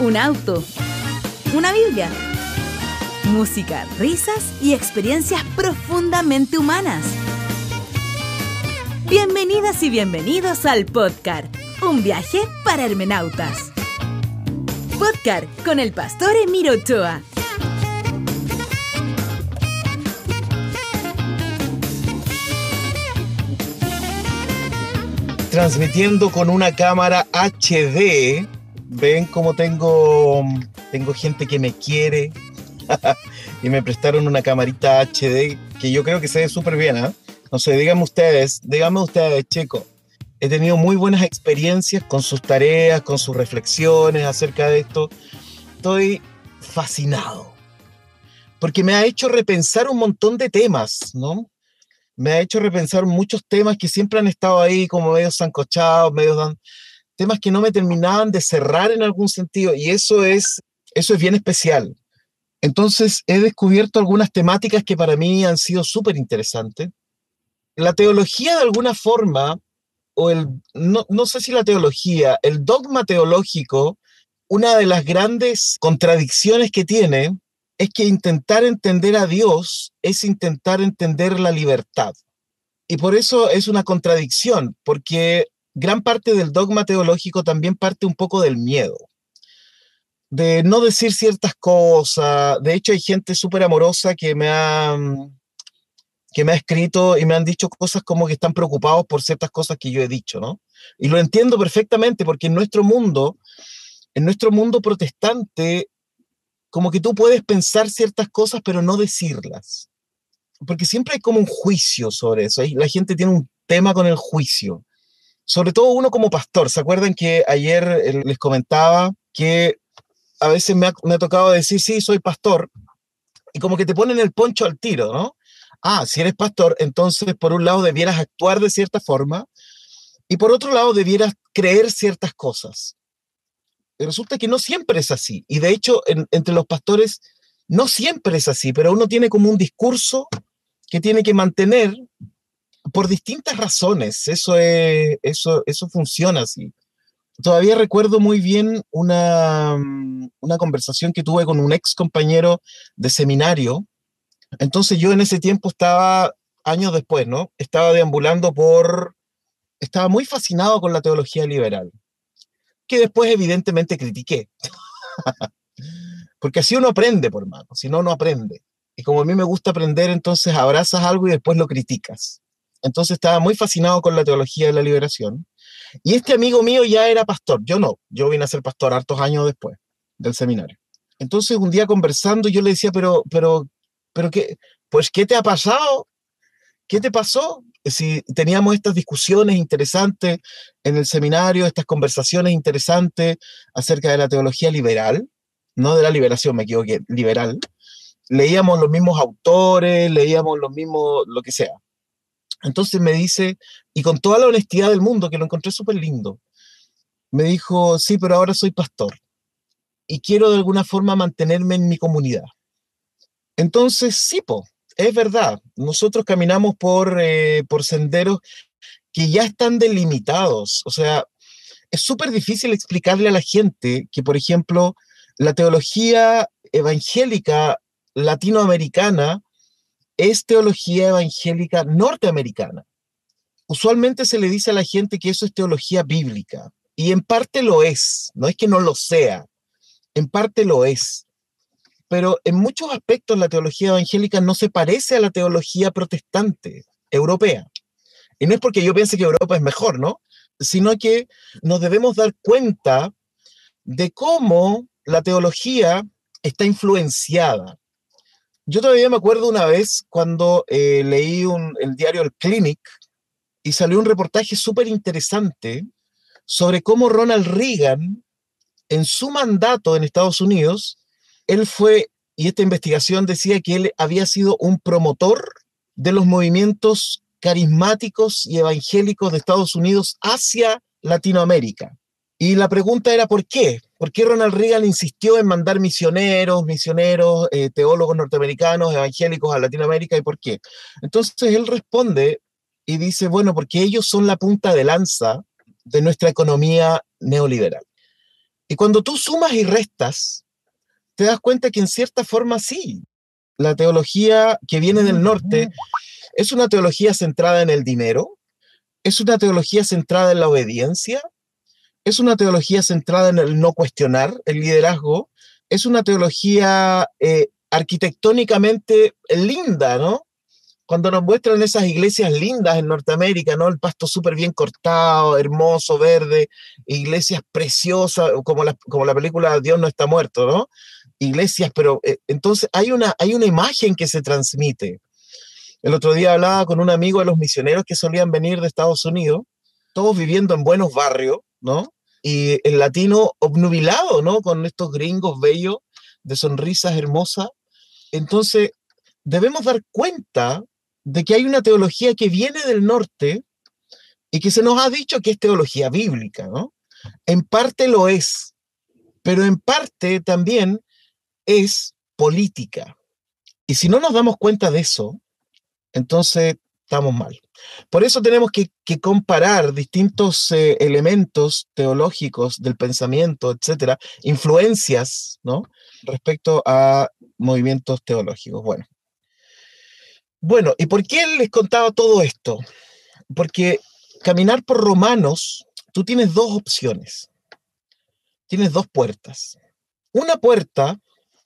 un auto, una Biblia, música, risas y experiencias profundamente humanas. Bienvenidas y bienvenidos al Podcast, un viaje para hermenautas. Podcast con el pastor Emiro Ochoa. Transmitiendo con una cámara HD. Ven cómo tengo gente que me quiere y me prestaron una camarita HD que yo creo que se ve súper bien, ¿eh? No sé, díganme ustedes, Checo. He tenido muy buenas experiencias con sus tareas, con sus reflexiones acerca de esto. Estoy fascinado porque me ha hecho repensar un montón de temas, ¿no? Me ha hecho repensar muchos temas que siempre han estado ahí como medio sancochados, temas que no me terminaban de cerrar en algún sentido, y eso es bien especial. Entonces he descubierto algunas temáticas que para mí han sido súper interesantes. La teología de alguna forma, no sé si la teología, el dogma teológico, una de las grandes contradicciones que tiene es que intentar entender a Dios es intentar entender la libertad. Y por eso es una contradicción, porque gran parte del dogma teológico también parte un poco del miedo, de no decir ciertas cosas. De hecho, hay gente súper amorosa que me ha escrito y me han dicho cosas como que están preocupados por ciertas cosas que yo he dicho, ¿no? Y lo entiendo perfectamente, porque en nuestro mundo protestante, como que tú puedes pensar ciertas cosas, pero no decirlas. Porque siempre hay como un juicio sobre eso. La gente tiene un tema con el juicio. Sobre todo uno como pastor. ¿Se acuerdan que ayer les comentaba que a veces me ha tocado decir, sí, soy pastor, y como que te ponen el poncho al tiro, ¿no? Ah, si eres pastor, entonces por un lado debieras actuar de cierta forma, y por otro lado debieras creer ciertas cosas. Y resulta que no siempre es así. Y de hecho, entre los pastores, no siempre es así, pero uno tiene como un discurso que tiene que mantener por distintas razones. Eso funciona así. Todavía recuerdo muy bien una conversación que tuve con un ex compañero de seminario. Entonces yo en ese tiempo estaba, años después, ¿no? Estaba muy fascinado con la teología liberal, que después evidentemente critiqué. Porque así uno aprende, por mano, si no, no aprende. Y como a mí me gusta aprender, entonces abrazas algo y después lo criticas. Entonces estaba muy fascinado con la teología de la liberación. Y este amigo mío ya era pastor, yo no. Yo vine a ser pastor hartos años después del seminario. Entonces un día conversando yo le decía, pero ¿qué? Pues, ¿qué te ha pasado? ¿Qué te pasó? Si teníamos estas discusiones interesantes en el seminario, estas conversaciones interesantes acerca de la teología liberal, no de la liberación, me equivoqué, liberal. Leíamos los mismos autores, leíamos los mismos, lo que sea. Entonces me dice, y con toda la honestidad del mundo, que lo encontré súper lindo, me dijo, sí, pero ahora soy pastor y quiero de alguna forma mantenerme en mi comunidad. Entonces, sí, es verdad, nosotros caminamos por senderos que ya están delimitados. O sea, es súper difícil explicarle a la gente que, por ejemplo, la teología evangélica latinoamericana es teología evangélica norteamericana. Usualmente se le dice a la gente que eso es teología bíblica, y en parte lo es, no es que no lo sea, en parte lo es. Pero en muchos aspectos la teología evangélica no se parece a la teología protestante europea. Y no es porque yo piense que Europa es mejor, ¿no? Sino que nos debemos dar cuenta de cómo la teología está influenciada. Yo todavía me acuerdo una vez cuando leí el diario El Clinic y salió un reportaje súper interesante sobre cómo Ronald Reagan, en su mandato en Estados Unidos, y esta investigación decía que él había sido un promotor de los movimientos carismáticos y evangélicos de Estados Unidos hacia Latinoamérica. Y la pregunta era ¿por qué? ¿Por qué Ronald Reagan insistió en mandar misioneros, teólogos norteamericanos, evangélicos a Latinoamérica, y por qué? Entonces él responde y dice, bueno, porque ellos son la punta de lanza de nuestra economía neoliberal. Y cuando tú sumas y restas, te das cuenta que en cierta forma sí, la teología que viene del norte es una teología centrada en el dinero, es una teología centrada en la obediencia, es una teología centrada en el no cuestionar el liderazgo, es una teología arquitectónicamente linda, ¿no? Cuando nos muestran esas iglesias lindas en Norteamérica, ¿no? El pasto súper bien cortado, hermoso, verde, iglesias preciosas, como la película Dios no está muerto, ¿no? Iglesias, pero entonces hay una imagen que se transmite. El otro día hablaba con un amigo de los misioneros que solían venir de Estados Unidos, todos viviendo en buenos barrios, ¿no? Y el latino obnubilado, ¿no? Con estos gringos bellos, de sonrisas hermosas. Entonces, debemos dar cuenta de que hay una teología que viene del norte y que se nos ha dicho que es teología bíblica, ¿no? En parte lo es, pero en parte también es política. Y si no nos damos cuenta de eso, entonces estamos mal. Por eso tenemos que comparar distintos elementos teológicos del pensamiento, etcétera, influencias, ¿no? Respecto a movimientos teológicos. Bueno, ¿y por qué les contaba todo esto? Porque caminar por Romanos, tú tienes dos opciones, tienes dos puertas. Una puerta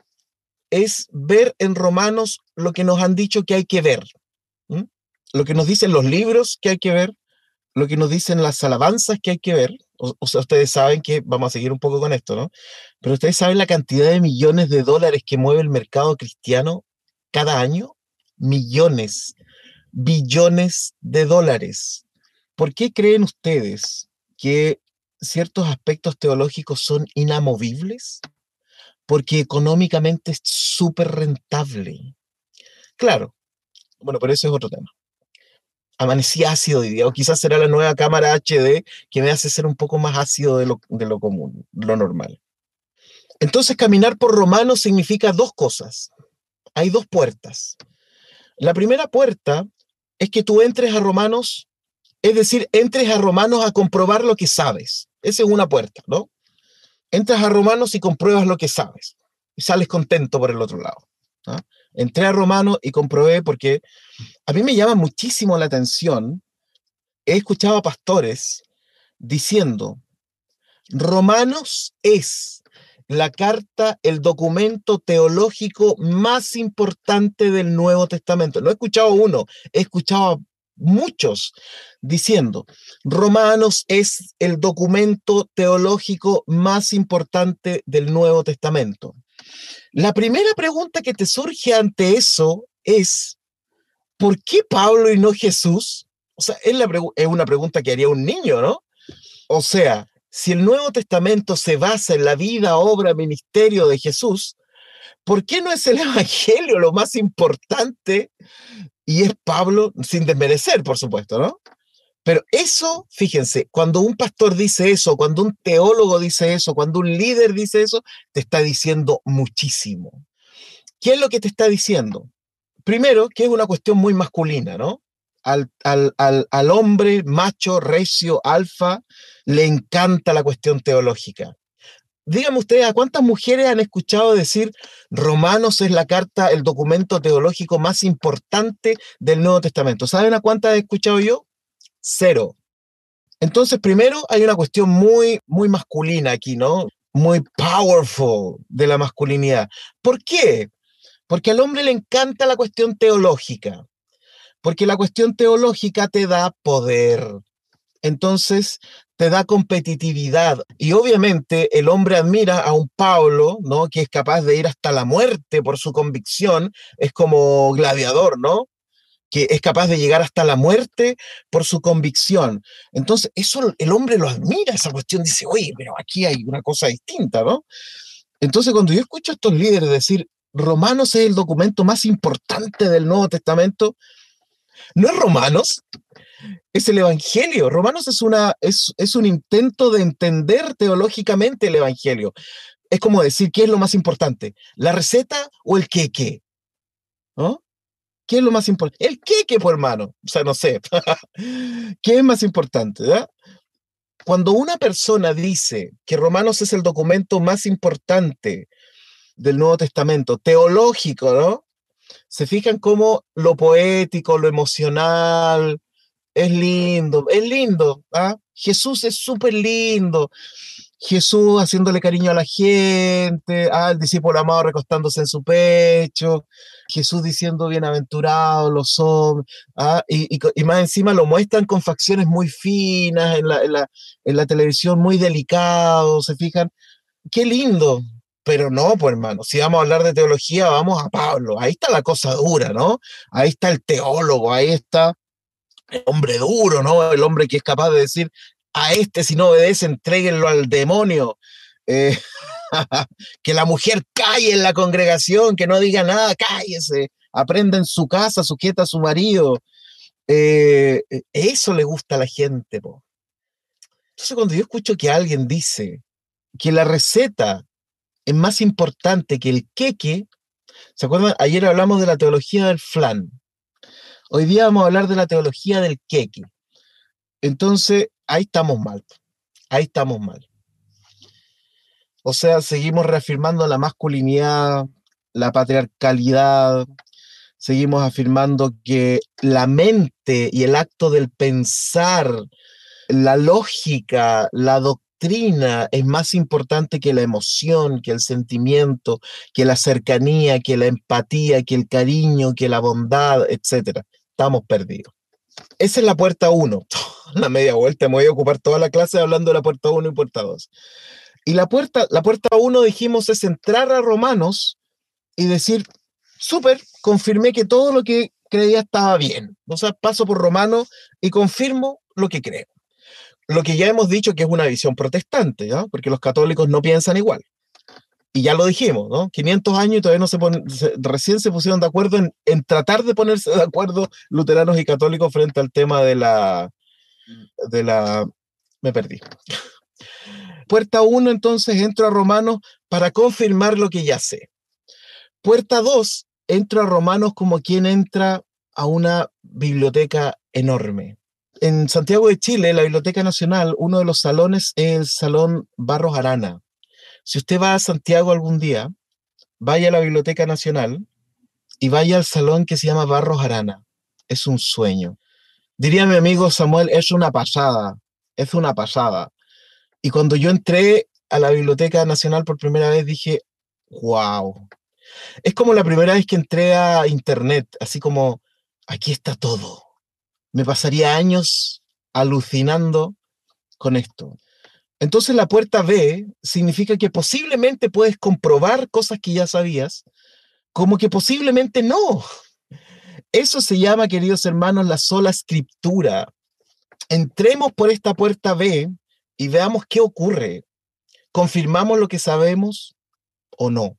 es ver en Romanos lo que nos han dicho que hay que ver, ¿m? Lo que nos dicen los libros que hay que ver, lo que nos dicen las alabanzas que hay que ver. O sea, ustedes saben que, vamos a seguir un poco con esto, ¿no? Pero ustedes saben la cantidad de millones de dólares que mueve el mercado cristiano cada año. Millones, billones de dólares. ¿Por qué creen ustedes que ciertos aspectos teológicos son inamovibles? Porque económicamente es súper rentable. Claro, bueno, pero ese es otro tema. Amanecí ácido hoy día, o quizás será la nueva cámara HD que me hace ser un poco más ácido de lo común, lo normal. Entonces, caminar por Romanos significa dos cosas. Hay dos puertas. La primera puerta es que tú entres a Romanos, es decir, entres a Romanos a comprobar lo que sabes. Esa es una puerta, ¿no? Entras a Romanos y compruebas lo que sabes. Y sales contento por el otro lado, ¿no? Entré a Romanos y comprobé porque a mí me llama muchísimo la atención. He escuchado a pastores diciendo, Romanos es la carta, el documento teológico más importante del Nuevo Testamento. No he escuchado uno, he escuchado a muchos diciendo, Romanos es el documento teológico más importante del Nuevo Testamento. La primera pregunta que te surge ante eso es, ¿por qué Pablo y no Jesús? O sea, es una pregunta que haría un niño, ¿no? O sea, si el Nuevo Testamento se basa en la vida, obra, ministerio de Jesús, ¿por qué no es el Evangelio lo más importante y es Pablo, sin desmerecer, por supuesto, ¿no? Pero eso, fíjense, cuando un pastor dice eso, cuando un teólogo dice eso, cuando un líder dice eso, te está diciendo muchísimo. ¿Qué es lo que te está diciendo? Primero, que es una cuestión muy masculina, ¿no? Al hombre macho, recio, alfa, le encanta la cuestión teológica. Díganme ustedes, ¿a cuántas mujeres han escuchado decir Romanos es la carta, el documento teológico más importante del Nuevo Testamento? ¿Saben a cuántas he escuchado yo? Cero. Entonces, primero hay una cuestión muy, muy masculina aquí, ¿no? Muy powerful de la masculinidad. ¿Por qué? Porque al hombre le encanta la cuestión teológica, porque la cuestión teológica te da poder, entonces te da competitividad. Y obviamente el hombre admira a un Pablo, ¿no? Que es capaz de ir hasta la muerte por su convicción, es como Gladiador, ¿no? Que es capaz de llegar hasta la muerte por su convicción. Entonces, eso el hombre lo admira, esa cuestión, dice, oye, pero aquí hay una cosa distinta, ¿no? Entonces, cuando yo escucho a estos líderes decir, Romanos es el documento más importante del Nuevo Testamento, no es Romanos, es el Evangelio. Romanos es un intento de entender teológicamente el Evangelio. Es como decir, ¿qué es lo más importante? ¿La receta o el queque? ¿No? ¿Qué es lo más importante? El queque, pues, hermano. O sea, no sé. ¿Qué es más importante? ¿Ya? cuando una persona dice que Romanos es el documento más importante del Nuevo Testamento, teológico, ¿no? Se fijan cómo lo poético, lo emocional, es lindo, ¿ah? Jesús es súper lindo. Jesús haciéndole cariño a la gente, el discípulo amado recostándose en su pecho, Jesús diciendo bienaventurados los hombres, y más encima lo muestran con facciones muy finas en la televisión, muy delicado, ¿se fijan? Qué lindo, pero no, pues hermano, si vamos a hablar de teología, vamos a Pablo, ahí está la cosa dura, ¿no? Ahí está el teólogo, ahí está el hombre duro, ¿no? El hombre que es capaz de decir, a este si no obedece, entréguenlo al demonio. Eh, que la mujer calle en la congregación, que no diga nada, cállese, aprenda en su casa, sujeta a su marido. Eso le gusta a la gente, po. Entonces cuando yo escucho que alguien dice que la receta es más importante que el queque, ¿se acuerdan? Ayer hablamos de la teología del flan. Hoy día vamos a hablar de la teología del queque. Entonces, ahí estamos mal. Ahí estamos mal. O sea, seguimos reafirmando la masculinidad, la patriarcalidad, seguimos afirmando que la mente y el acto del pensar, la lógica, la doctrina es más importante que la emoción, que el sentimiento, que la cercanía, que la empatía, que el cariño, que la bondad, etc. Estamos perdidos. Esa es la puerta 1. La media vuelta, me voy a ocupar toda la clase hablando de la puerta 1 y puerta 2. Y la puerta 1, dijimos, es entrar a Romanos y decir, súper, confirmé que todo lo que creía estaba bien. O sea, paso por Romanos y confirmo lo que creo. Lo que ya hemos dicho que es una visión protestante, ¿no? Porque los católicos no piensan igual. Y ya lo dijimos, ¿no? 500 años y todavía no recién se pusieron de acuerdo en tratar de ponerse de acuerdo luteranos y católicos frente al tema de la me perdí. Puerta 1, entonces, entro a Romanos para confirmar lo que ya sé. Puerta 2, entro a Romanos como quien entra a una biblioteca enorme. En Santiago de Chile, la Biblioteca Nacional, uno de los salones es el Salón Barros Arana. Si usted va a Santiago algún día, vaya a la Biblioteca Nacional y vaya al salón que se llama Barros Arana. Es un sueño. Diría mi amigo Samuel, es una pasada, es una pasada. Y cuando yo entré a la Biblioteca Nacional por primera vez, dije, wow. Es como la primera vez que entré a Internet, así como, aquí está todo. Me pasaría años alucinando con esto. Entonces la puerta B significa que posiblemente puedes comprobar cosas que ya sabías, como que posiblemente no. Eso se llama, queridos hermanos, la sola escritura. Entremos por esta puerta B y veamos qué ocurre. ¿Confirmamos lo que sabemos o no?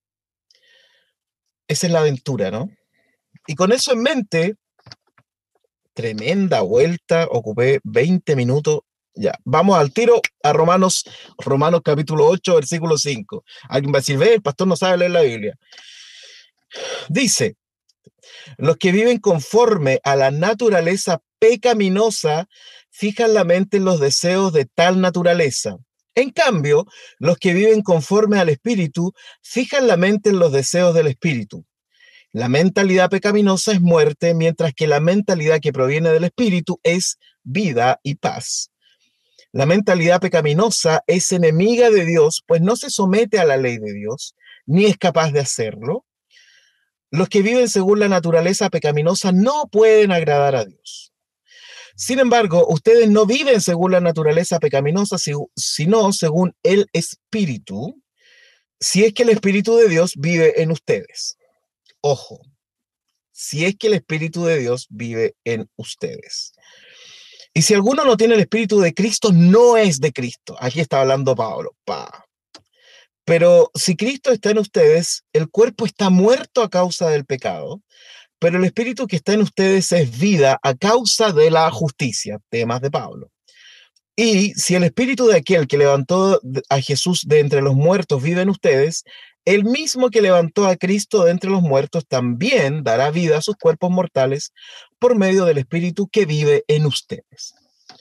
Esa es la aventura, ¿no? Y con eso en mente, tremenda vuelta, ocupé 20 minutos. Ya, vamos al tiro a Romanos capítulo 8, versículo 5. Alguien va a decir, ve, el pastor no sabe leer la Biblia. Dice, los que viven conforme a la naturaleza pecaminosa fijan la mente en los deseos de tal naturaleza. En cambio, los que viven conforme al Espíritu fijan la mente en los deseos del Espíritu. La mentalidad pecaminosa es muerte, mientras que la mentalidad que proviene del Espíritu es vida y paz. La mentalidad pecaminosa es enemiga de Dios, pues no se somete a la ley de Dios, ni es capaz de hacerlo. Los que viven según la naturaleza pecaminosa no pueden agradar a Dios. Sin embargo, ustedes no viven según la naturaleza pecaminosa, sino según el Espíritu, si es que el Espíritu de Dios vive en ustedes. Ojo, si es que el Espíritu de Dios vive en ustedes. Y si alguno no tiene el Espíritu de Cristo, no es de Cristo. Aquí está hablando Pablo. Pero si Cristo está en ustedes, el cuerpo está muerto a causa del pecado, pero el Espíritu que está en ustedes es vida a causa de la justicia. Temas de Pablo. Y si el Espíritu de aquel que levantó a Jesús de entre los muertos vive en ustedes, el mismo que levantó a Cristo de entre los muertos también dará vida a sus cuerpos mortales por medio del Espíritu que vive en ustedes.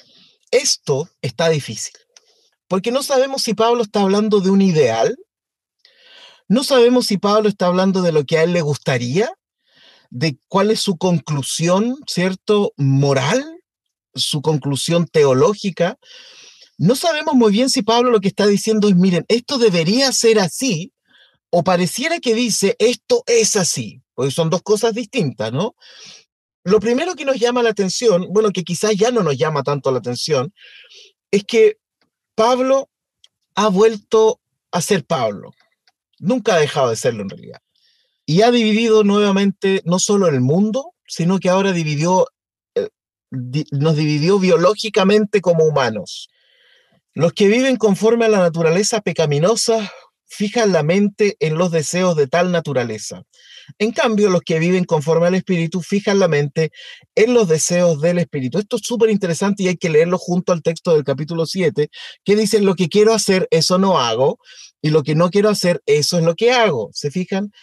Esto está difícil, porque no sabemos si Pablo está hablando de un ideal, no sabemos si Pablo está hablando de lo que a él le gustaría, de cuál es su conclusión, ¿cierto?, moral, su conclusión teológica. No sabemos muy bien si Pablo lo que está diciendo es, miren, esto debería ser así, o pareciera que dice, esto es así, porque son dos cosas distintas, ¿no? Lo primero que nos llama la atención, bueno, que quizás ya no nos llama tanto la atención, es que Pablo ha vuelto a ser Pablo. Nunca ha dejado de serlo en realidad. Y ha dividido nuevamente no solo el mundo, sino que ahora nos dividió biológicamente como humanos. Los que viven conforme a la naturaleza pecaminosa fijan la mente en los deseos de tal naturaleza. En cambio, los que viven conforme al Espíritu fijan la mente en los deseos del Espíritu. Esto es súper interesante y hay que leerlo junto al texto del capítulo 7, que dice, lo que quiero hacer, eso no hago, y lo que no quiero hacer, eso es lo que hago. ¿Se fijan?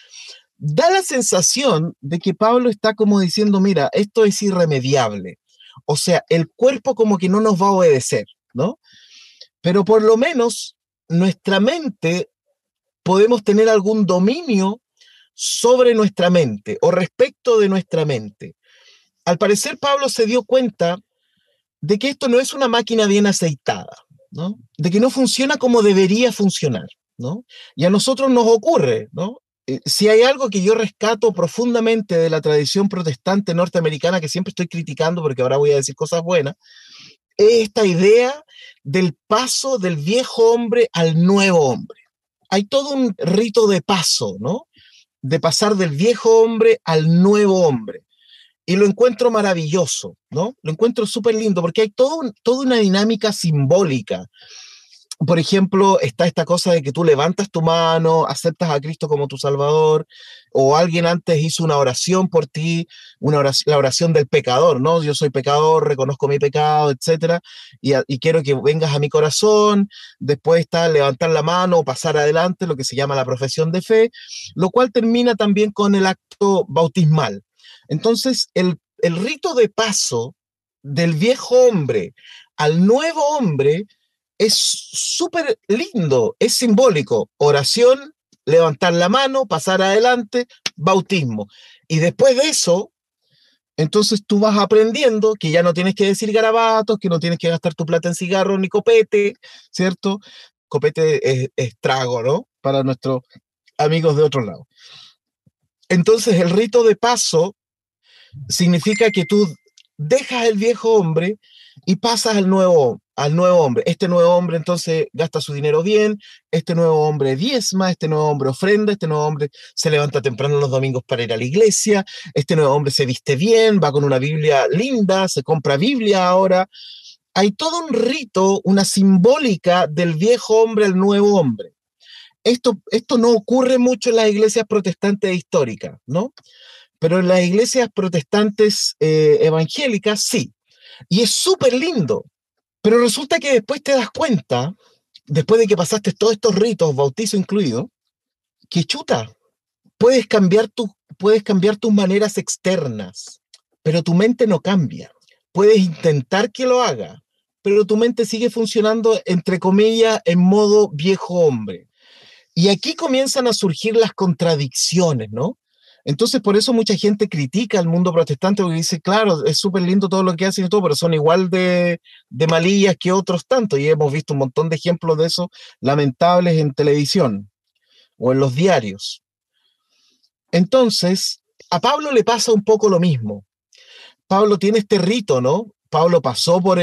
Da la sensación de que Pablo está como diciendo, mira, esto es irremediable. O sea, el cuerpo como que no nos va a obedecer, ¿no? Pero por lo menos nuestra mente, podemos tener algún dominio sobre nuestra mente o respecto de nuestra mente. Al parecer, Pablo se dio cuenta de que esto no es una máquina bien aceitada, ¿no? De que no funciona como debería funcionar, ¿no? Y a nosotros nos ocurre, ¿no? Si hay algo que yo rescato profundamente de la tradición protestante norteamericana, que siempre estoy criticando porque ahora voy a decir cosas buenas, es esta idea del paso del viejo hombre al nuevo hombre. Hay todo un rito de paso, ¿no? De pasar del viejo hombre al nuevo hombre. Y lo encuentro maravilloso, ¿no? Lo encuentro súper lindo porque hay toda una dinámica simbólica. Por ejemplo, está esta cosa de que tú levantas tu mano, aceptas a Cristo como tu Salvador, o alguien antes hizo una oración por ti, la oración del pecador, ¿no? Yo soy pecador, reconozco mi pecado, etcétera, y quiero que vengas a mi corazón. Después está levantar la mano o pasar adelante, lo que se llama la profesión de fe, lo cual termina también con el acto bautismal. Entonces, el rito de paso del viejo hombre al nuevo hombre es súper lindo, es simbólico. Oración, levantar la mano, pasar adelante, bautismo. Y después de eso, entonces tú vas aprendiendo que ya no tienes que decir garabatos, que no tienes que gastar tu plata en cigarros ni copete, ¿cierto? Copete es trago, ¿no? Para nuestros amigos de otro lado. Entonces el rito de paso significa que tú dejas el viejo hombre y pasas al nuevo hombre. Este nuevo hombre entonces gasta su dinero bien, este nuevo hombre diezma, este nuevo hombre ofrenda, este nuevo hombre se levanta temprano los domingos para ir a la iglesia, este nuevo hombre se viste bien, va con una Biblia linda, se compra Biblia ahora. Hay todo un rito, una simbólica del viejo hombre al nuevo hombre. Esto no ocurre mucho en las iglesias protestantes históricas, ¿no? Pero en las iglesias protestantes evangélicas sí. Y es súper lindo. Pero resulta que después te das cuenta, después de que pasaste todos estos ritos, bautizo incluido, que chuta, puedes cambiar tus maneras externas, pero tu mente no cambia. Puedes intentar que lo haga, pero tu mente sigue funcionando, entre comillas, en modo viejo hombre. Y aquí comienzan a surgir las contradicciones, ¿no? Entonces, por eso mucha gente critica al mundo protestante, porque dice, claro, es súper lindo todo lo que hacen y todo, pero son igual de malillas que otros tantos, y hemos visto un montón de ejemplos de eso lamentables en televisión o en los diarios. Entonces, a Pablo le pasa un poco lo mismo. Pablo tiene este rito, ¿no? Pablo pasó por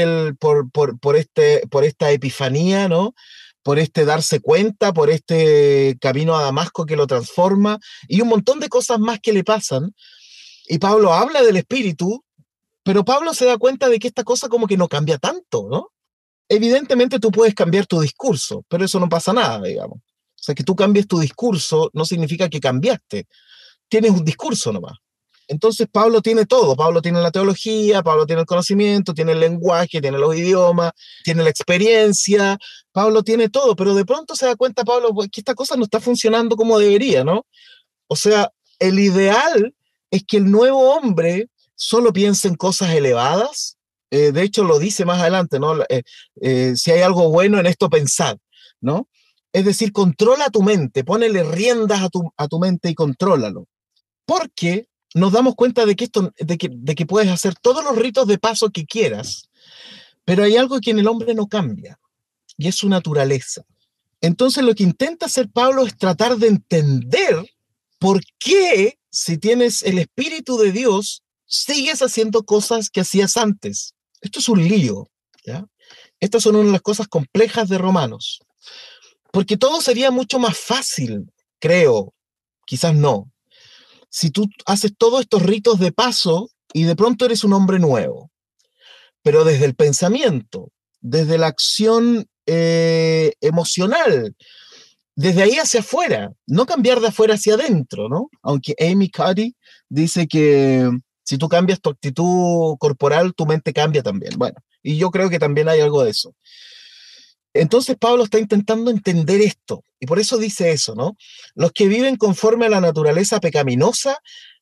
esta epifanía, ¿no? Por este darse cuenta, por este camino a Damasco que lo transforma, y un montón de cosas más que le pasan. Y Pablo habla del Espíritu, pero Pablo se da cuenta de que esta cosa como que no cambia tanto, ¿no? Evidentemente tú puedes cambiar tu discurso, pero eso no pasa nada, digamos. O sea, que tú cambies tu discurso no significa que cambiaste. Tienes un discurso nomás. Entonces Pablo tiene todo, Pablo tiene la teología, Pablo tiene el conocimiento, tiene el lenguaje, tiene los idiomas, tiene la experiencia, Pablo tiene todo, pero de pronto se da cuenta Pablo que esta cosa no está funcionando como debería, ¿no? O sea, el ideal es que el nuevo hombre solo piense en cosas elevadas, De hecho, lo dice más adelante, ¿no? Si hay algo bueno en esto, pensad, ¿no? Es decir, controla tu mente, ponele riendas a tu mente y contrólalo. Porque nos damos cuenta de que, de que puedes hacer todos los ritos de paso que quieras, pero hay algo que en el hombre no cambia, y es su naturaleza. Entonces lo que intenta hacer Pablo es tratar de entender por qué, si tienes el Espíritu de Dios, sigues haciendo cosas que hacías antes. Esto es un lío, ¿ya? Estas son una de las cosas complejas de Romanos. Porque todo sería mucho más fácil, creo, quizás no, si tú haces todos estos ritos de paso y de pronto eres un hombre nuevo. Pero desde el pensamiento, desde la acción emocional, desde ahí hacia afuera, no cambiar de afuera hacia adentro, ¿no? Aunque Amy Cuddy dice que si tú cambias tu actitud corporal, tu mente cambia también. Bueno, y yo creo que también hay algo de eso. Entonces Pablo está intentando entender esto, y por eso dice eso, ¿no? Los que viven conforme a la naturaleza pecaminosa,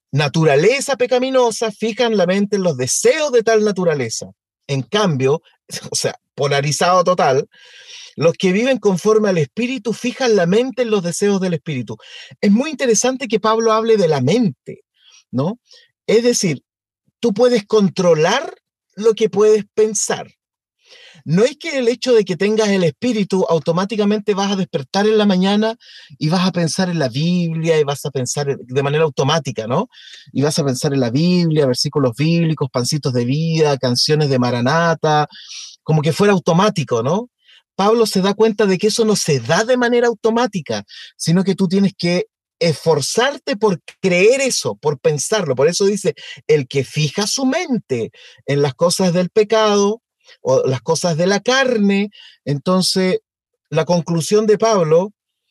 fijan la mente en los deseos de tal naturaleza. En cambio, o sea, polarizado total, los que viven conforme al Espíritu fijan la mente en los deseos del Espíritu. Es muy interesante que Pablo hable de la mente, ¿no? Es decir, tú puedes controlar lo que puedes pensar. No es que el hecho de que tengas el Espíritu automáticamente vas a despertar en la mañana y vas a pensar en la Biblia y vas a pensar de manera automática, ¿no? Y vas a pensar en la Biblia, versículos bíblicos, pancitos de vida, canciones de Maranata, como que fuera automático, ¿no? Pablo se da cuenta de que eso no se da de manera automática, sino que tú tienes que esforzarte por creer eso, por pensarlo. Por eso dice, el que fija su mente en las cosas del pecado o las cosas de la carne, entonces la conclusión de Pablo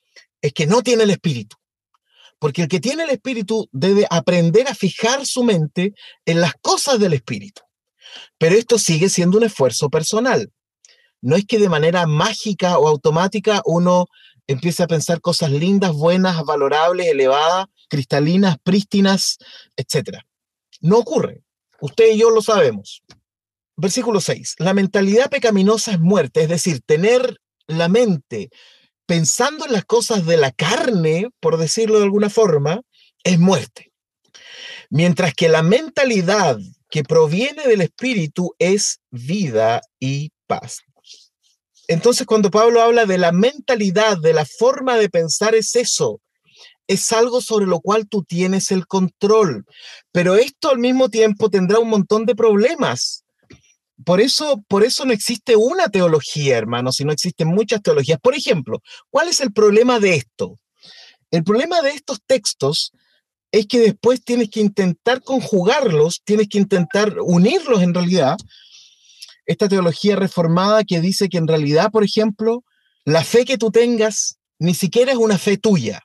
es que no tiene el Espíritu. Porque el que tiene el Espíritu debe aprender a fijar su mente en las cosas del Espíritu. Pero esto sigue siendo un esfuerzo personal. No es que de manera mágica o automática uno empiece a pensar cosas lindas, buenas, valorables, elevadas, cristalinas, prístinas, etc. No ocurre. Usted y yo lo sabemos. Versículo 6. La mentalidad pecaminosa es muerte, es decir, tener la mente pensando en las cosas de la carne, por decirlo de alguna forma, es muerte. Mientras que la mentalidad que proviene del Espíritu es vida y paz. Entonces, cuando Pablo habla de la mentalidad, de la forma de pensar, es eso. Es algo sobre lo cual tú tienes el control. Pero esto al mismo tiempo tendrá un montón de problemas. Por eso no existe una teología, hermano, sino existen muchas teologías. Por ejemplo, ¿cuál es el problema de esto? El problema de estos textos es que después tienes que intentar conjugarlos, tienes que intentar unirlos en realidad. Esta teología reformada que dice que en realidad, por ejemplo, la fe que tú tengas ni siquiera es una fe tuya,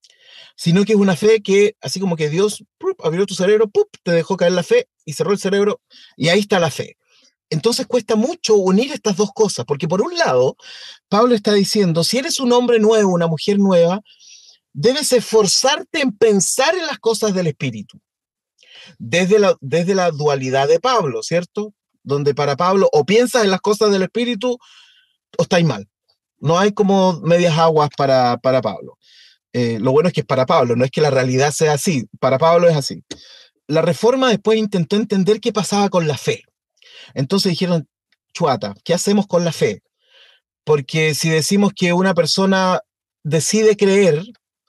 sino que es una fe que, así como que Dios abrió tu cerebro, te dejó caer la fe y cerró el cerebro y ahí está la fe. Entonces cuesta mucho unir estas dos cosas, porque por un lado, Pablo está diciendo, si eres un hombre nuevo, una mujer nueva, debes esforzarte en pensar en las cosas del Espíritu, desde la dualidad de Pablo, ¿cierto? Donde para Pablo o piensas en las cosas del Espíritu o estáis mal. No hay como medias aguas para Pablo. Lo bueno es que es para Pablo, no es que la realidad sea así. Para Pablo es así. La Reforma después intentó entender qué pasaba con la fe. Entonces dijeron, chuata, ¿qué hacemos con la fe? Porque si decimos que una persona decide creer,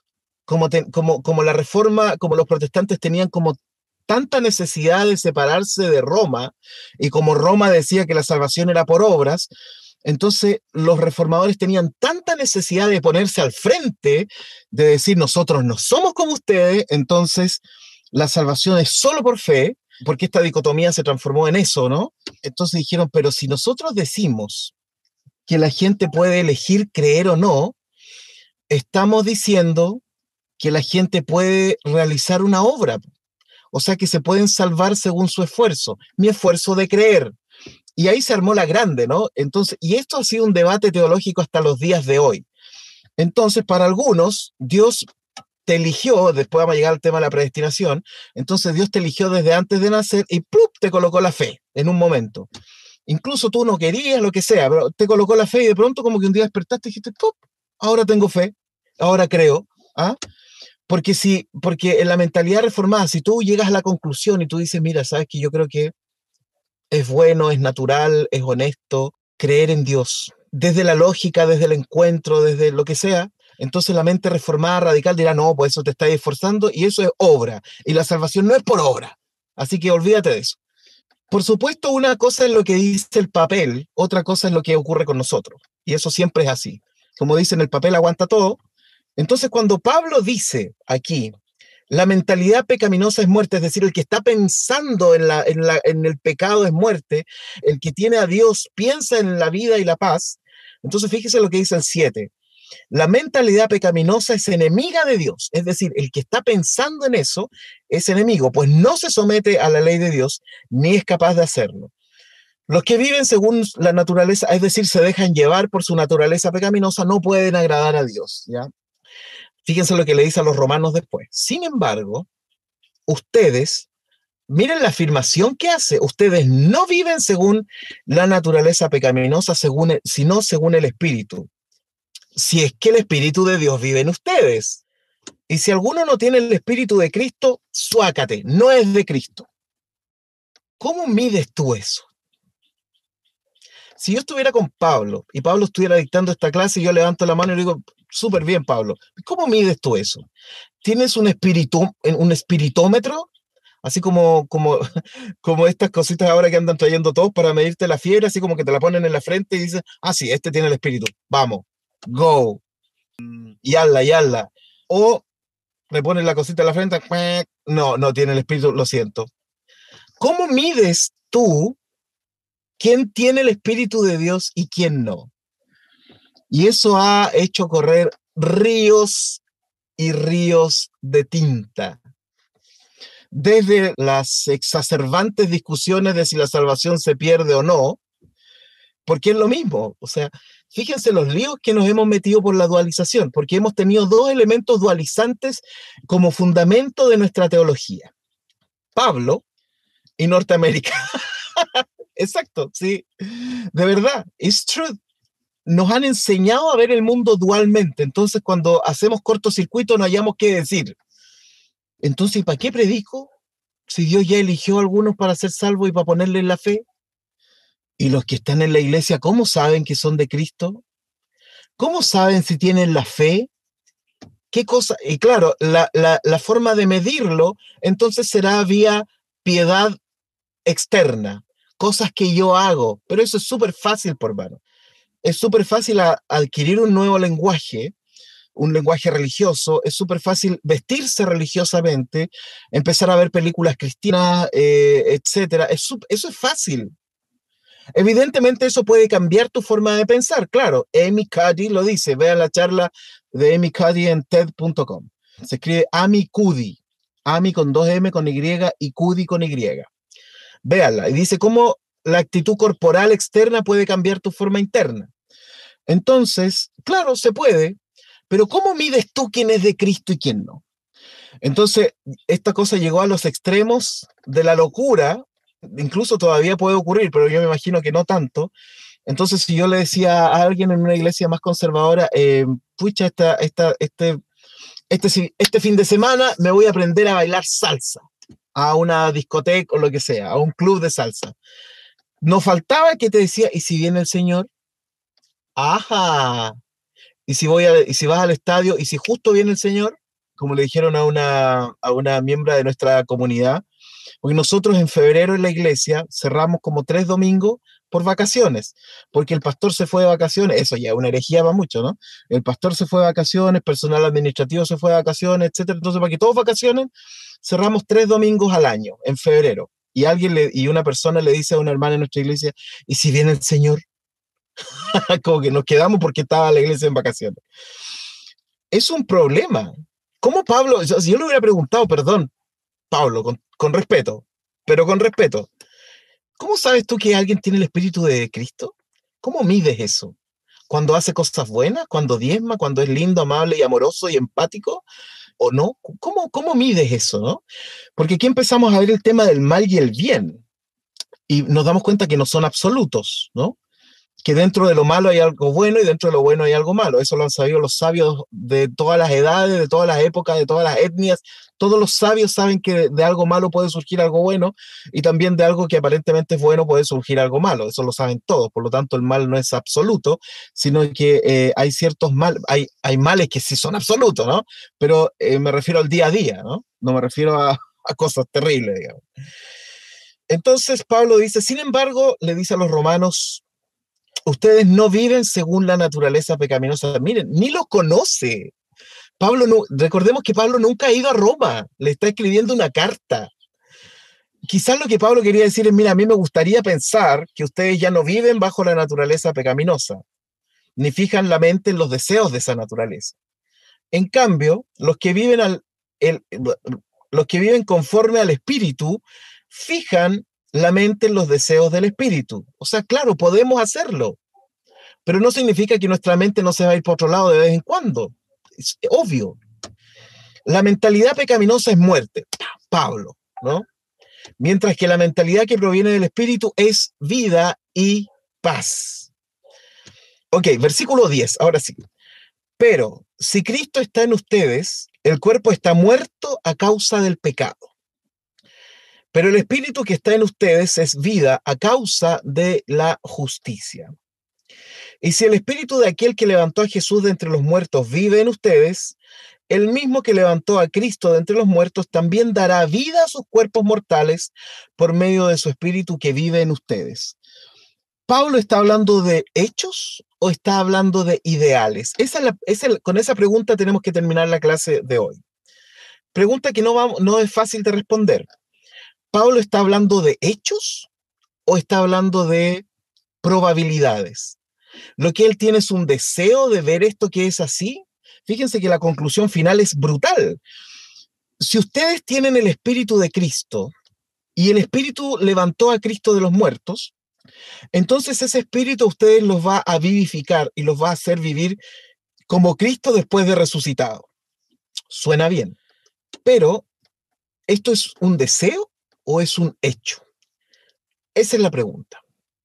como la Reforma, como los protestantes tenían como tanta necesidad de separarse de Roma, y como Roma decía que la salvación era por obras, entonces los reformadores tenían tanta necesidad de ponerse al frente, de decir nosotros no somos como ustedes, entonces la salvación es solo por fe, porque esta dicotomía se transformó en eso, ¿no? Entonces dijeron, pero si nosotros decimos que la gente puede elegir creer o no, estamos diciendo que la gente puede realizar una obra, o sea que se pueden salvar según su esfuerzo, mi esfuerzo de creer. Y ahí se armó la grande, ¿no? Entonces, y esto ha sido un debate teológico hasta los días de hoy. Entonces, para algunos, Dios te eligió, después vamos a llegar al tema de la predestinación, entonces Dios te eligió desde antes de nacer y ¡plup! Te colocó la fe en un momento. Incluso tú no querías lo que sea, pero te colocó la fe y de pronto como que un día despertaste y dijiste, ¡pum! Ahora tengo fe, ahora creo. ¿Ah? Porque en la mentalidad reformada, si tú llegas a la conclusión y tú dices, mira, sabes que yo creo que es bueno, es natural, es honesto creer en Dios, desde la lógica, desde el encuentro, desde lo que sea, entonces la mente reformada radical dirá, no, pues eso te está esforzando y eso es obra, y la salvación no es por obra, así que olvídate de eso. Por supuesto, una cosa es lo que dice el papel, otra cosa es lo que ocurre con nosotros, y eso siempre es así. Como dicen, el papel aguanta todo. Entonces, cuando Pablo dice aquí, la mentalidad pecaminosa es muerte, es decir, el que está pensando en el pecado es muerte, el que tiene a Dios piensa en la vida y la paz. Entonces, fíjese lo que dice el 7. La mentalidad pecaminosa es enemiga de Dios, es decir, el que está pensando en eso es enemigo, pues no se somete a la ley de Dios ni es capaz de hacerlo. Los que viven según la naturaleza, es decir, se dejan llevar por su naturaleza pecaminosa, no pueden agradar a Dios, ¿ya? Fíjense lo que le dice a los romanos después. Sin embargo, ustedes, miren la afirmación que hace, ustedes no viven según la naturaleza pecaminosa, sino según el Espíritu. Si es que el Espíritu de Dios vive en ustedes. Y si alguno no tiene el Espíritu de Cristo, suácate, no es de Cristo. ¿Cómo mides tú eso? Si yo estuviera con Pablo y Pablo estuviera dictando esta clase y yo levanto la mano y le digo, súper bien, Pablo, ¿cómo mides tú eso? ¿Tienes un espiritómetro? Así como estas cositas ahora que andan trayendo todos para medirte la fiebre, así como que te la ponen en la frente y dicen, ah, sí, este tiene el espíritu, vamos, go, y hazla. O me ponen la cosita en la frente, no tiene el espíritu, lo siento. ¿Cómo mides tú quién tiene el Espíritu de Dios y quién no? Y eso ha hecho correr ríos y ríos de tinta. Desde las exacerbantes discusiones de si la salvación se pierde o no, porque es lo mismo. O sea, fíjense los líos que nos hemos metido por la dualización, porque hemos tenido dos elementos dualizantes como fundamento de nuestra teología. Pablo y Norteamérica. Exacto, sí. De verdad, it's true. Nos han enseñado a ver el mundo dualmente, entonces cuando hacemos cortocircuito no hayamos qué decir. Entonces, ¿para qué predico? Si Dios ya eligió a algunos para ser salvos y para ponerles la fe. Y los que están en la iglesia, ¿cómo saben que son de Cristo? ¿Cómo saben si tienen la fe? ¿Qué cosa? Y claro, la forma de medirlo, entonces será vía piedad externa, cosas que yo hago, pero eso es súper fácil, por mano. Es súper fácil adquirir un nuevo lenguaje, un lenguaje religioso, es súper fácil vestirse religiosamente, empezar a ver películas cristianas, etcétera. Eso es fácil. Evidentemente eso puede cambiar tu forma de pensar, claro. Amy Cuddy lo dice, vean la charla de Amy Cuddy en TED.com. Se escribe Amy Cuddy, Amy con 2M con Y y Cuddy con Y. Véanla, y dice cómo la actitud corporal externa puede cambiar tu forma interna. Entonces, claro, se puede, pero ¿cómo mides tú quién es de Cristo y quién no? Entonces, esta cosa llegó a los extremos de la locura, incluso todavía puede ocurrir, pero yo me imagino que no tanto. Entonces, si yo le decía a alguien en una iglesia más conservadora, pucha, este fin de semana me voy a aprender a bailar salsa, a una discoteca o lo que sea, a un club de salsa. No faltaba que te decía, ¿y si viene el Señor? Ajá. ¿Y si vas al estadio y si justo viene el Señor? Como le dijeron a una miembro de nuestra comunidad, porque nosotros en febrero en la iglesia cerramos como 3 domingos por vacaciones, porque el pastor se fue de vacaciones, eso ya es una herejía va mucho, ¿no? El pastor se fue de vacaciones, personal administrativo se fue de vacaciones, etcétera. Entonces, para que todos vacaciones, cerramos 3 domingos al año, en febrero. Y una persona le dice a una hermana en nuestra iglesia, ¿y si viene el Señor? Como que nos quedamos porque estaba la iglesia en vacaciones. Es un problema. ¿Cómo Pablo? Si yo le hubiera preguntado, perdón, Pablo, con respeto, pero con respeto, ¿cómo sabes tú que alguien tiene el Espíritu de Cristo? ¿Cómo mides eso? ¿Cuando hace cosas buenas? ¿Cuando diezma? ¿Cuando es lindo, amable y amoroso y empático? o no? ¿Cómo mides eso, no? Porque aquí empezamos a ver el tema del mal y el bien, y nos damos cuenta que no son absolutos, ¿no? Que dentro de lo malo hay algo bueno y dentro de lo bueno hay algo malo. Eso lo han sabido los sabios de todas las edades, de todas las épocas, de todas las etnias. Todos los sabios saben que de algo malo puede surgir algo bueno y también de algo que aparentemente es bueno puede surgir algo malo. Eso lo saben todos. Por lo tanto, el mal no es absoluto, sino que hay ciertos males, hay males que sí son absolutos, ¿no? Pero me refiero al día a día, ¿no? No me refiero a cosas terribles, digamos. Entonces Pablo dice, sin embargo, le dice a los romanos, ustedes no viven según la naturaleza pecaminosa. Miren, ni lo conoce. Pablo no, recordemos que Pablo nunca ha ido a Roma, le está escribiendo una carta. Quizás lo que Pablo quería decir es, mira, a mí me gustaría pensar que ustedes ya no viven bajo la naturaleza pecaminosa, ni fijan la mente en los deseos de esa naturaleza. En cambio, los que viven conforme al Espíritu, fijan la mente en los deseos del Espíritu. O sea, claro, podemos hacerlo, pero no significa que nuestra mente no se va a ir por otro lado de vez en cuando. Es obvio. La mentalidad pecaminosa es muerte, Pablo, ¿no? Mientras que la mentalidad que proviene del Espíritu es vida y paz. Ok, versículo 10, ahora sí. Pero si Cristo está en ustedes, el cuerpo está muerto a causa del pecado. Pero el Espíritu que está en ustedes es vida a causa de la justicia. Y si el Espíritu de aquel que levantó a Jesús de entre los muertos vive en ustedes, el mismo que levantó a Cristo de entre los muertos también dará vida a sus cuerpos mortales por medio de su Espíritu que vive en ustedes. ¿Pablo está hablando de hechos o está hablando de ideales? Con esa pregunta tenemos que terminar la clase de hoy. Pregunta que no es fácil de responder. ¿Pablo está hablando de hechos o está hablando de probabilidades? Lo que él tiene es un deseo de ver esto que es así. Fíjense que la conclusión final es brutal. Si ustedes tienen el Espíritu de Cristo y el Espíritu levantó a Cristo de los muertos, entonces ese Espíritu a ustedes los va a vivificar y los va a hacer vivir como Cristo después de resucitado. Suena bien, pero ¿esto es un deseo o es un hecho? Esa es la pregunta.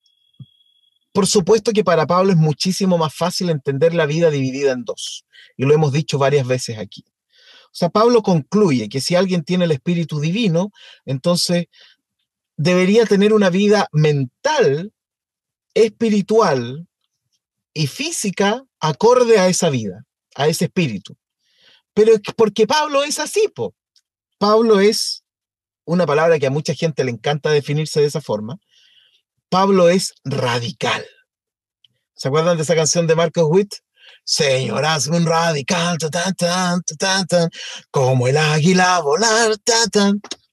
Por supuesto que para Pablo es muchísimo más fácil entender la vida dividida en dos, y lo hemos dicho varias veces aquí. O sea, Pablo concluye que si alguien tiene el Espíritu Divino, entonces debería tener una vida mental, espiritual y física acorde a esa vida, a ese espíritu. Pero porque Pablo es así, po. Pablo es una palabra que a mucha gente le encanta definirse de esa forma. Pablo es radical. ¿Se acuerdan de esa canción de Marcos Witt? Señor, hazme un radical, ta, ta, ta, ta, ta, como el águila volar, ta, ta.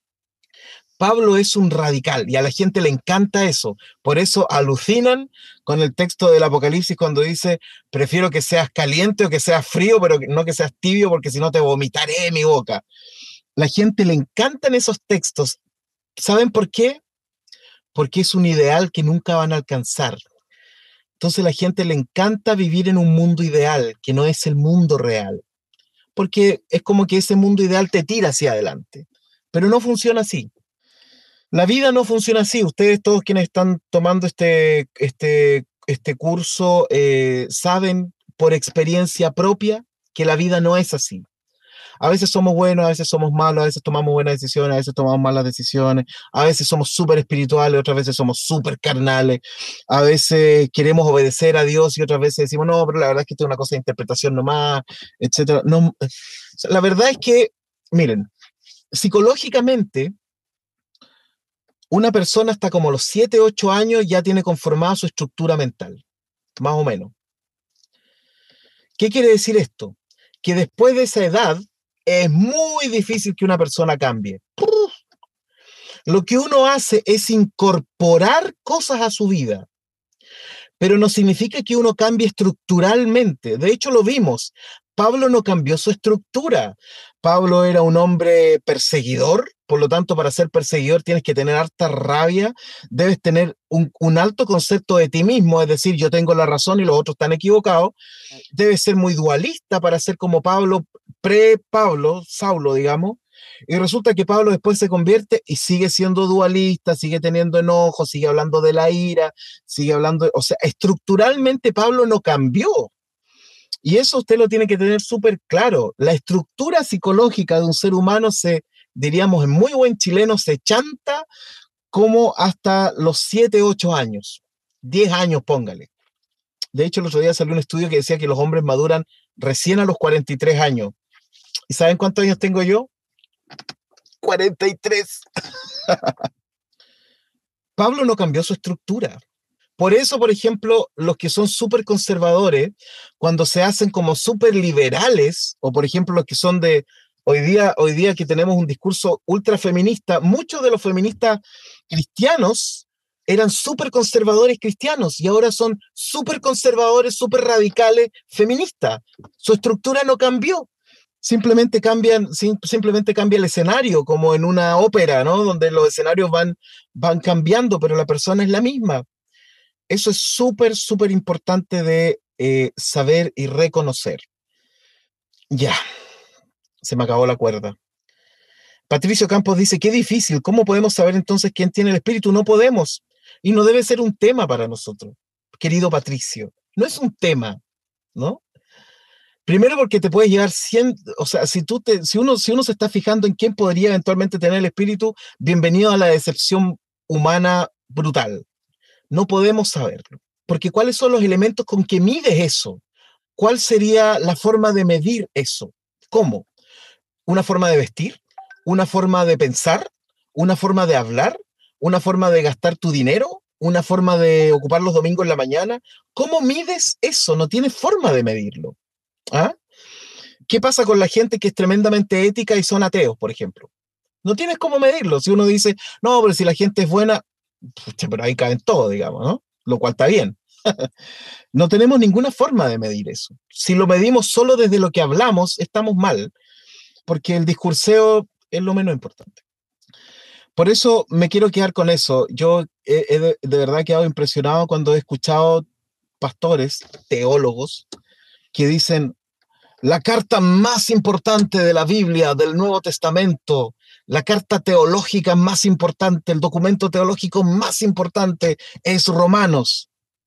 Pablo es un radical y a la gente le encanta eso. Por eso alucinan con el texto del Apocalipsis cuando dice, prefiero que seas caliente o que seas frío, pero no que seas tibio, porque si no te vomitaré en mi boca. La gente le encantan esos textos. ¿Saben por qué? Porque es un ideal que nunca van a alcanzar. Entonces a la gente le encanta vivir en un mundo ideal, que no es el mundo real. Porque es como que ese mundo ideal te tira hacia adelante. Pero no funciona así. La vida no funciona así. Ustedes todos quienes están tomando este curso saben por experiencia propia que la vida no es así. A veces somos buenos, a veces somos malos, a veces tomamos buenas decisiones, a veces tomamos malas decisiones, a veces somos súper espirituales, otras veces somos súper carnales, a veces queremos obedecer a Dios y otras veces decimos, no, pero la verdad es que esto es una cosa de interpretación nomás, etc. No, la verdad es que, miren, psicológicamente, una persona hasta como los 7, 8 años ya tiene conformada su estructura mental, más o menos. ¿Qué quiere decir esto? Que después de esa edad es muy difícil que una persona cambie. Lo que uno hace es incorporar cosas a su vida. pero no significa que uno cambie estructuralmente. De hecho, lo vimos. Pablo no cambió su estructura. Pablo era un hombre perseguidor, por lo tanto, para ser perseguidor tienes que tener harta rabia, debes tener un alto concepto de ti mismo, es decir, yo tengo la razón y los otros están equivocados. Debes ser muy dualista para ser como Pablo, pre-Pablo, Saulo, digamos. Y resulta que Pablo después se convierte y sigue siendo dualista, sigue teniendo enojo, sigue hablando de la ira, sigue hablando, o sea, estructuralmente Pablo no cambió. Y eso usted lo tiene que tener súper claro. La estructura psicológica de un ser humano diríamos en muy buen chileno, se chanta como hasta los 7, 8 años. 10 años, póngale. De hecho, el otro día salió un estudio que decía que los hombres maduran recién a los 43 años. ¿Y saben cuántos años tengo yo? 43. Pablo no cambió su estructura. Por eso, por ejemplo, los que son súper conservadores, cuando se hacen como súper liberales, o por ejemplo los que son de hoy día que tenemos un discurso ultra feminista, muchos de los feministas cristianos eran súper conservadores cristianos y ahora son súper conservadores, súper radicales feministas. Su estructura no cambió. Simplemente cambia el escenario, como en una ópera, ¿no? Donde los escenarios van cambiando, pero la persona es la misma. Eso es súper, súper importante de saber y reconocer. Ya, se me acabó la cuerda. Patricio Campos dice, qué difícil, ¿cómo podemos saber entonces quién tiene el espíritu? No podemos, y no debe ser un tema para nosotros, querido Patricio. No es un tema, ¿no? Primero porque te puedes llevar 100, o sea, si uno se está fijando en quién podría eventualmente tener el espíritu, bienvenido a la decepción humana brutal. No podemos saberlo, porque ¿cuáles son los elementos con que mides eso? ¿Cuál sería la forma de medir eso? ¿Cómo? ¿Una forma de vestir? ¿Una forma de pensar? ¿Una forma de hablar? ¿Una forma de gastar tu dinero? ¿Una forma de ocupar los domingos en la mañana? ¿Cómo mides eso? No tienes forma de medirlo. ¿Ah? ¿Qué pasa con la gente que es tremendamente ética y son ateos, por ejemplo? No tienes cómo medirlo. Si uno dice, no, pero si la gente es buena, pucha, pero ahí caen todo, digamos, ¿no? Lo cual está bien. No tenemos ninguna forma de medir eso. Si lo medimos solo desde lo que hablamos, estamos mal, porque el discurseo es lo menos importante. Por eso me quiero quedar con eso. Yo he de verdad quedado impresionado cuando he escuchado pastores, teólogos, que dicen, la carta más importante de la Biblia, del Nuevo Testamento, la carta teológica más importante, el documento teológico más importante es Romanos.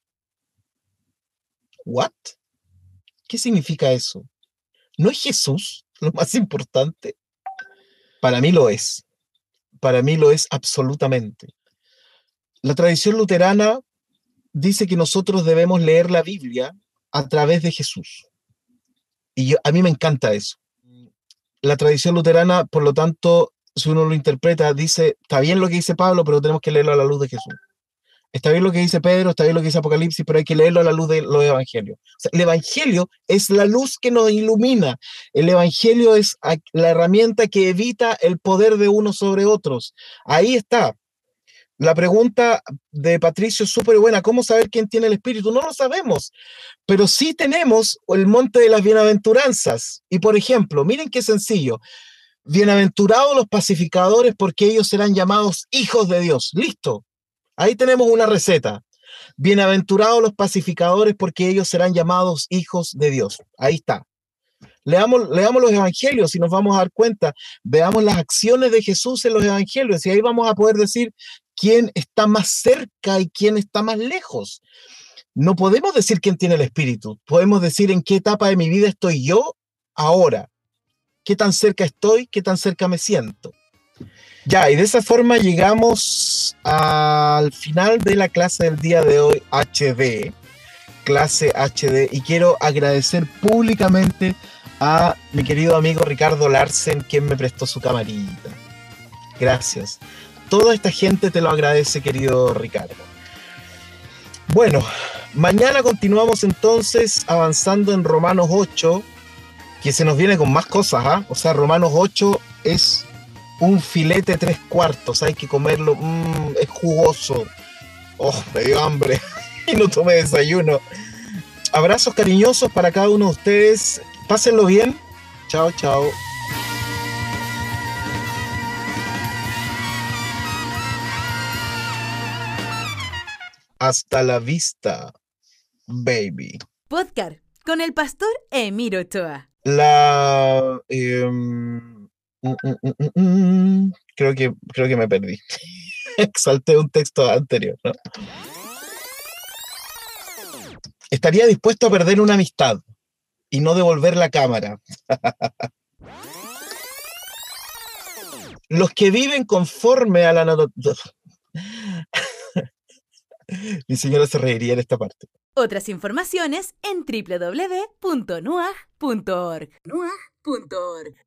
¿What? ¿Qué significa eso? ¿No es Jesús lo más importante? Para mí lo es. Para mí lo es absolutamente. La tradición luterana dice que nosotros debemos leer la Biblia a través de Jesús. Y a mí me encanta eso. La tradición luterana, por lo tanto, si uno lo interpreta, dice, está bien lo que dice Pablo, pero tenemos que leerlo a la luz de Jesús. Está bien lo que dice Pedro, está bien lo que dice Apocalipsis, pero hay que leerlo a la luz de los evangelios. O sea, el evangelio es la luz que nos ilumina. El evangelio es la herramienta que evita el poder de unos sobre otros. Ahí está. La pregunta de Patricio es súper buena. ¿Cómo saber quién tiene el espíritu? No lo sabemos, pero sí tenemos el monte de las bienaventuranzas. Y por ejemplo, miren qué sencillo. Bienaventurados los pacificadores porque ellos serán llamados hijos de Dios. Listo. Ahí tenemos una receta. Bienaventurados los pacificadores porque ellos serán llamados hijos de Dios. Ahí está. Leamos los evangelios y nos vamos a dar cuenta. Veamos las acciones de Jesús en los evangelios y ahí vamos a poder decir quién está más cerca y quién está más lejos. No podemos decir quién tiene el espíritu. Podemos decir en qué etapa de mi vida estoy yo ahora. ¿Qué tan cerca estoy? ¿Qué tan cerca me siento? Ya, y de esa forma llegamos al final de la clase del día de hoy, clase HD, y quiero agradecer públicamente a mi querido amigo Ricardo Larsen, quien me prestó su camarita. Gracias. Toda esta gente te lo agradece, querido Ricardo. Bueno, mañana continuamos entonces avanzando en Romanos 8, que se nos viene con más cosas, ¿ah? O sea, Romanos 8 es un filete 3/4, hay que comerlo, es jugoso. Oh, me dio hambre. y no tomé desayuno. Abrazos cariñosos para cada uno de ustedes. Pásenlo bien. Chao, chao. Hasta la vista, baby. Podcast con el pastor Emiro Ochoa. Creo que me perdí. Exalté un texto anterior, ¿no? Estaría dispuesto a perder una amistad y no devolver la cámara. Los que viven conforme a la Mi señora se reiría en esta parte. Otras informaciones en www.nuag.org.